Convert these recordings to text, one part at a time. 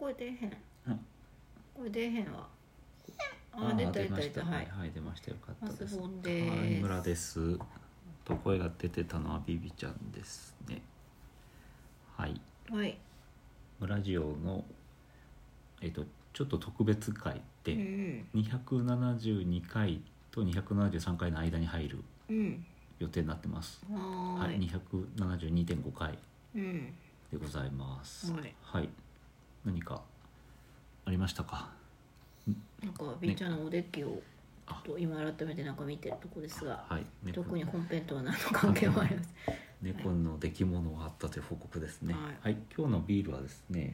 声出えへん。 うん声出えへんわ。出た出た出た。 はいはい出ましたよかったです。 マスボンです。 はい村です。と声が出てたのはビビちゃんですね。はいはい。 村ジオのちょっと特別回で272回と273回の間に入る予定になってます。はい、272.5回でございます。はい、何かありましたか？ なんかビーちゃんのおデッキをと今改めてなんか見てるところですが、 はい、 特に本編とは何の関係もあります。 猫の出来物があったという報告ですね。はい、今日のビールはですね、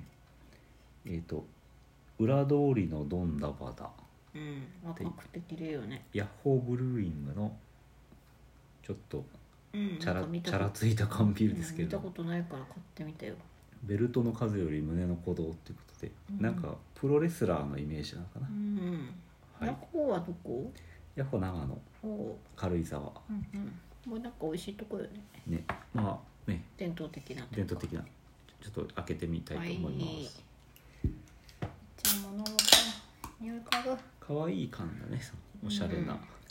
裏通りのドンダバダ、 赤くて綺麗よね。 ヤッホーブルーイングのちょっとチャラついた缶ビールですけれど、 見たことないから買ってみたよ。 ベルトの数より胸の鼓動っていうことで、なんかプロレスラーのイメージなのかな。 ヤッホーはどこ？ ヤッホー長野、軽井沢。もうなんか美味しいところよね。 ね、まあね。 伝統的な。 ちょっと開けてみたいと思います。 じゃあ物の匂い嗅ぐ。 可愛い缶だね、おしゃれな。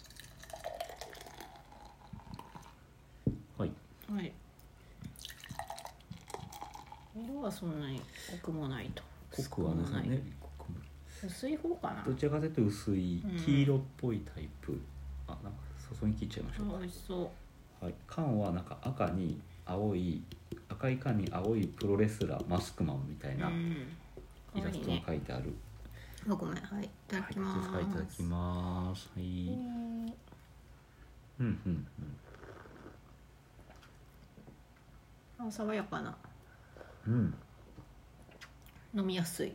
はい。 はい。色はそんなに濃くもないと。 濃くはないね。 薄い方かな。 どちらかというと薄い黄色っぽいタイプ。なんか注ぎ切っちゃいましょうか。 美味しそう。 はい。缶はなんか赤い缶に青いプロレスラーマスクマンみたいなイラストが書いてある。 ごめん、はい、いただきます。 はい、いただきます。はい。 爽やかな。飲みやすい。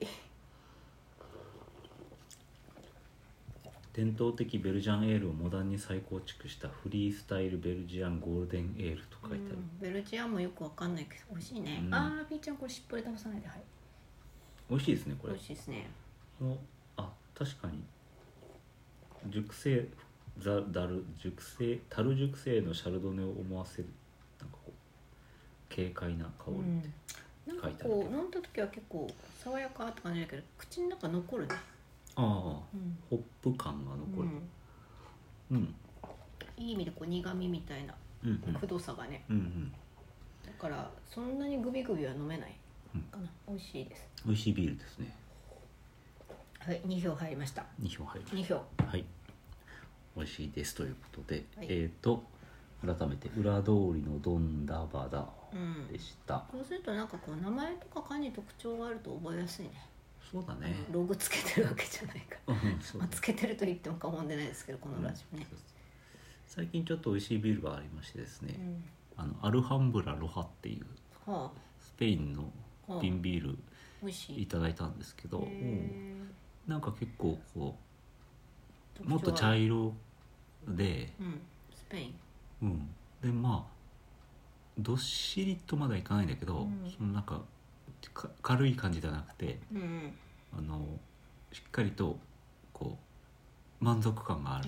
伝統的ベルジャンエールをモダンに再構築したフリースタイルベルジアンゴールデンエールと書いてある。 ベルジアンもよくわかんないけど美味しいね。ピーちゃんこれしっぽり倒さないで。はい。 美味しいですねこれ。 美味しいですね。 確かに熟成樽熟成のシャルドネを思わせるなんかこう軽快な香りって書いてあるけど、 なんかこう飲んだ時は結構爽やかって感じだけど口の中残るね。 ホップ感が残る。 いい意味でこう苦味みたいなくどさがね。だからそんなにグビグビは飲めないかな。美味しいです。 美味しいビールですね。 はい、2票入りました。 2票入りました。 2票。 はい。美味しいですということで、改めて裏通りのドンダバダでした。 そうするとなんかこう名前とか漢に特徴があると覚えやすいね。 そうだね。 ロゴつけてるわけじゃないから。つけてると言っても過言でないですけどこのラジオね。 最近ちょっと美味しいビールがありましてですね。アルハンブラロハっていうスペインの瓶ビールいただいたんですけど、なんか結構こうもっと茶色で、 スペイン、でまあどっしりとまだいかないんだけど、そのなんか軽い感じじゃなくて、しっかりとこう満足感があって、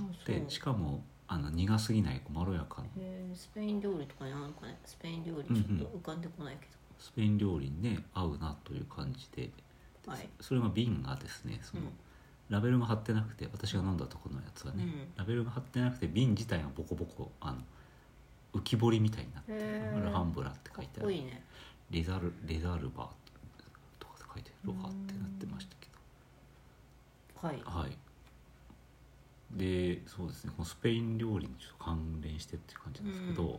しかも苦すぎないまろやかな。 スペイン料理とかに合うのかね。スペイン料理ちょっと浮かんでこないけど、 スペイン料理にね合うなという感じで、それが瓶がですねラベルが貼ってなくて、私が飲んだところのやつはね、ラベルが貼ってなくて瓶自体がボコボコ浮き彫りみたいになってアルハンブラって書いてある。レザルバーとか書いてロハってなってましたけど、はい。でそうですね、このスペイン料理にちょっと関連してっていう感じなんですけど、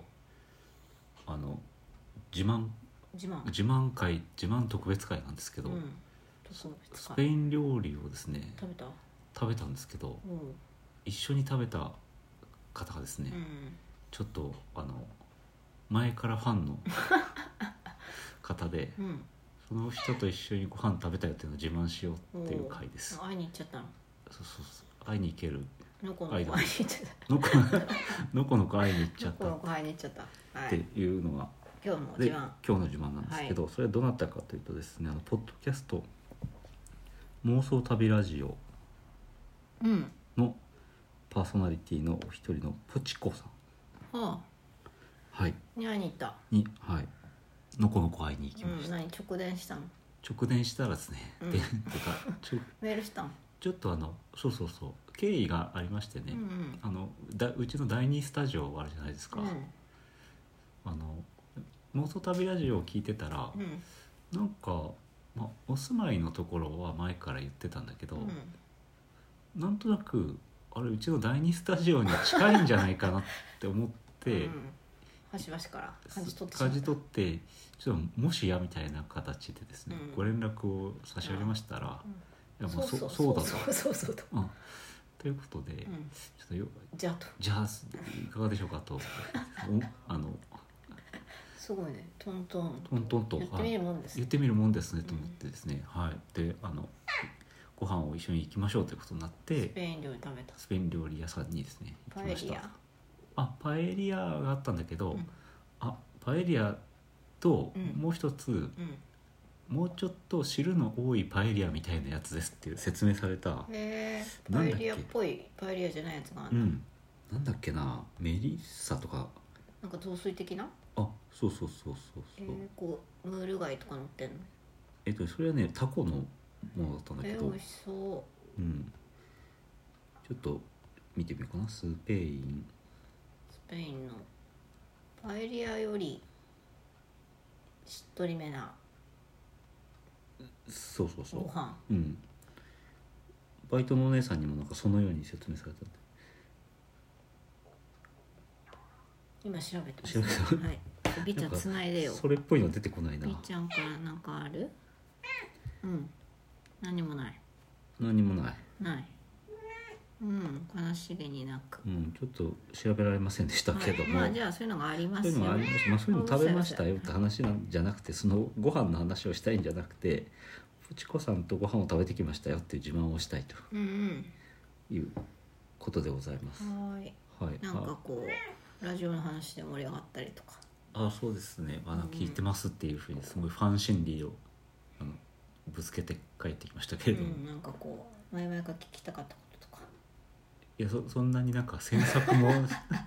自慢特別会なんですけど、スペイン料理をですね食べたんですけど、一緒に食べた方がですね、ちょっと前からファンの方で、その人と一緒にご飯食べたいっていうのを自慢しようっていう会です。 会いに行っちゃったの。 そう会いに行ける。 のこのこ会いに行っちゃった。 のこのこ会いに行っちゃった。 っていうのが今日の自慢なんですけど、それはどなたかというとですね、ポッドキャスト妄想旅ラジオのパーソナリティのお一人のポチコさん、はい、 に会いに行った。 はい、のこのこ会いに行きました。 何直電したの？ 直電したらですね、 うんでとかメールしたん。 ちょっとそうそうそう経緯がありましてね、うちの第2スタジオあるじゃないですか、妄想旅ラジオを聞いてたら、なんか、お住まいのところは前から言ってたんだけど、なんとなくあれうちの第2スタジオに近いんじゃないかなって思って、 端々から感じ取ってちょっともしやみたいな形でですね、ご連絡を差し上げましたら、いやもうそうだと。ということで、ちょっとじゃあいかがでしょうかとすごいね、トントンと言ってみるもんです、 言ってみるもんですねと思ってですね、でご飯を一緒に行きましょうということになって、 スペイン料理食べた。 スペイン料理屋さんにですね行きました。パエリアがあったんだけど、パエリアともう一つ、もうちょっと汁の多いパエリアみたいなやつですっていう説明された。 パエリアっぽいパエリアじゃないやつがあるんだ。 なんだっけな、メリッサとかなんか雑炊的な。 そうこうムール貝とか乗ってんの。 それはねタコのものだったんだけど、 美味しそう。 ちょっと見てみようかな。スペインのパエリアよりしっとりめなそうご飯。 バイトのお姉さんにもなんかそのように説明されたんで今調べてます、はい。ビちゃんつないでよ。 それっぽいの出てこないな。 ビちゃんからなんかある？何もない。悲しげになく。 ちょっと調べられませんでしたけども、 じゃあそういうのがありますよ。 そういうの食べましたよって話なんじゃなくて、そのご飯の話をしたいんじゃなくて、ポチコさんとご飯を食べてきましたよっていう自慢をしたいということでございます。 なんかこうラジオの話で盛り上がったりとか。 そうですね。聞いてますっていうふうにすごいファン心理をぶつけて帰ってきましたけれども、 なんかこう前々から聞きたかったこととか。 いやそんなになんか詮索も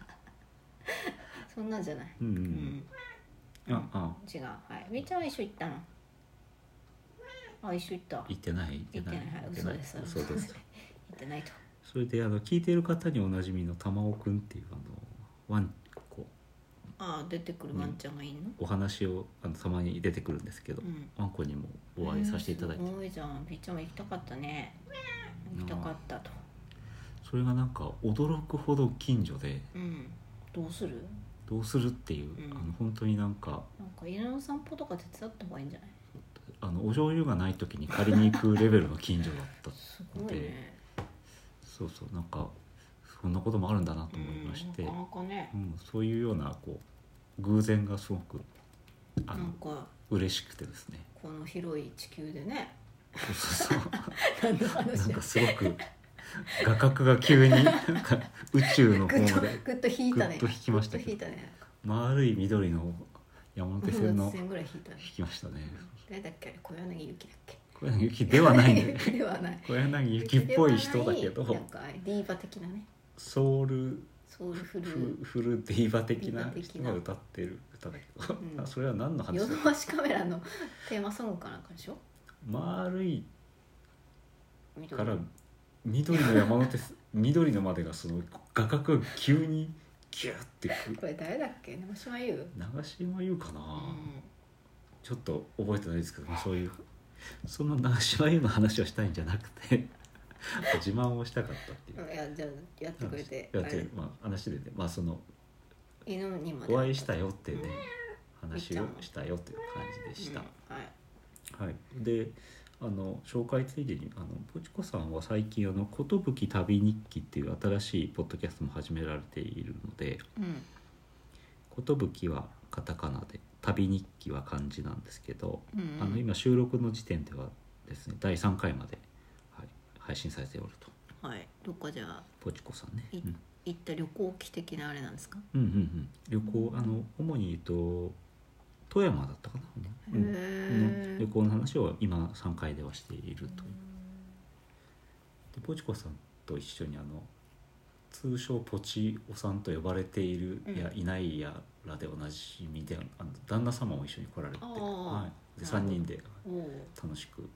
そんなんじゃない。違う。みーちゃんは一緒行ったの？一緒行った。 行ってない。 嘘です。行ってないと。 それで聞いている方におなじみの玉尾くんっていうワンコ出てくるワンちゃんがいいの？ お話をたまに出てくるんですけど、ワンコにもお会いさせていただいて、 すごいじゃん。みーちゃんも行きたかったね。行きたかったと。 それがなんか驚くほど近所で、 どうするっていう、本当になんか犬の散歩とか手伝った方がいいんじゃない？ お醤油がない時に借りに行くレベルの近所だったすごいね。 そうなんかそんなこともあるんだなと思いまして、 なかなかね、 そういうような偶然がすごくなんか嬉しくてですね。 この広い地球でね。 そう何の話？ なんかすごく画角が急になんか宇宙の方までグッと引いたね。 グッと引きましたけど、丸い緑の山手線のぐらい引きましたね。 誰だっけ？小柳ゆきだっけ？ 小柳ゆきではないね。 ではない。 小柳ゆきっぽい人だけど、 なんかディーバ的なね。 ソウルフルディーバ的な人が歌ってる歌だけど、それは何の話だ？ ヨドバシカメラのテーマソングかなんかでしょ？ 丸いから緑の山手緑のまでがその画角が急にギューってこれ誰だっけ？長島優かな、ちょっと覚えてないですけど、そういうそんな長島優の話をしたいんじゃなくて自慢をしたかったっていう。 いやじゃあやってくれて話でね、その犬にまでお会いしたよってね、話をしたよという感じでした。で紹介ついでにポチコさんは最近「寿旅日記」っていう新しいポッドキャストも始められているので、寿はカタカナで旅日記は漢字なんですけど、今収録の時点ではですね第3回まで、配信されておると。 どっかじゃあポチコさんね、 行った旅行記的なあれなんですか？ 旅行主に言うと富山だったかな、の旅行の話を今3回ではしているという。でポチコさんと一緒に通称ポチオさんと呼ばれているやいないやらでおなじみで旦那様も一緒に来られて、 で3人で楽しく、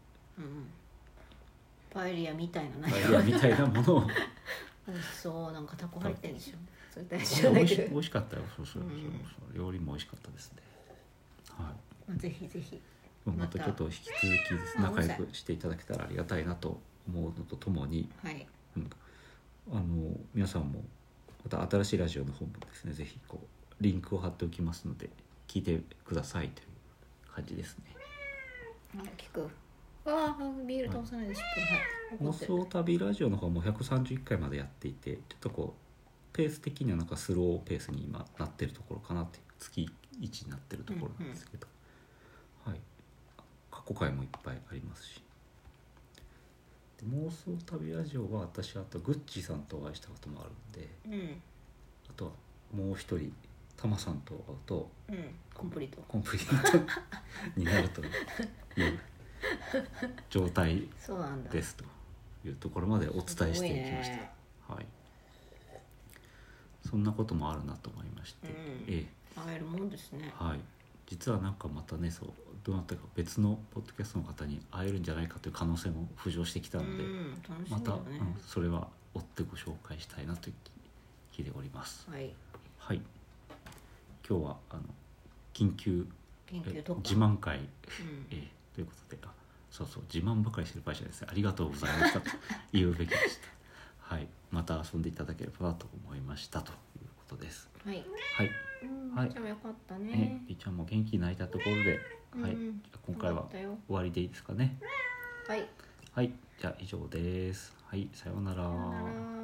パエリアみたいなパエリアみたいなものを美味しそう。なんかタコ入ってるでしょ。それ大事じゃないけど美味しかったよ。そう料理も美味しかったですね。はい。 ぜひぜひまたちょっと引き続きです仲良くしていただけたらありがたいなと思うのとともに、 はい、 皆さんもまた新しいラジオの方もですね、ぜひこうリンクを貼っておきますので聞いてくださいという感じですね。 聞く。ビール倒さないでしょ。 妄想旅ラジオの方も131回までやっていて、ちょっとこうペース的にはなんかスローペースに今なってるところかなって、月1になってるところなんですけど、はい、過去回もいっぱいありますし、で妄想旅ラジオは私あとグッチーさんとお会いしたこともあるんで、あとはもう一人タマさんと会うと、 コンプリートになるという状態ですというところまでお伝えしていきました。はい、そんなこともあるなと思いまして、 会えるもんですね。 はい、実はなんかまたね、そうどうなったか別のポッドキャストの方に会えるんじゃないかという可能性も浮上してきたので、また、それは追ってご紹介したいなという気でおります。はい、はい、今日は緊急自慢会、ということで、自慢ばかりしてる場合じゃないですね。ありがとうございましたと言うべきでした。はい、また遊んでいただければなと思いましたということです。はい。はい。 はい。じゃあよかったね。 ピーちゃんも元気になれたところで、はい。今回は終わりでいいですかね。 はい。 はい。じゃあ以上です。はい。さようなら。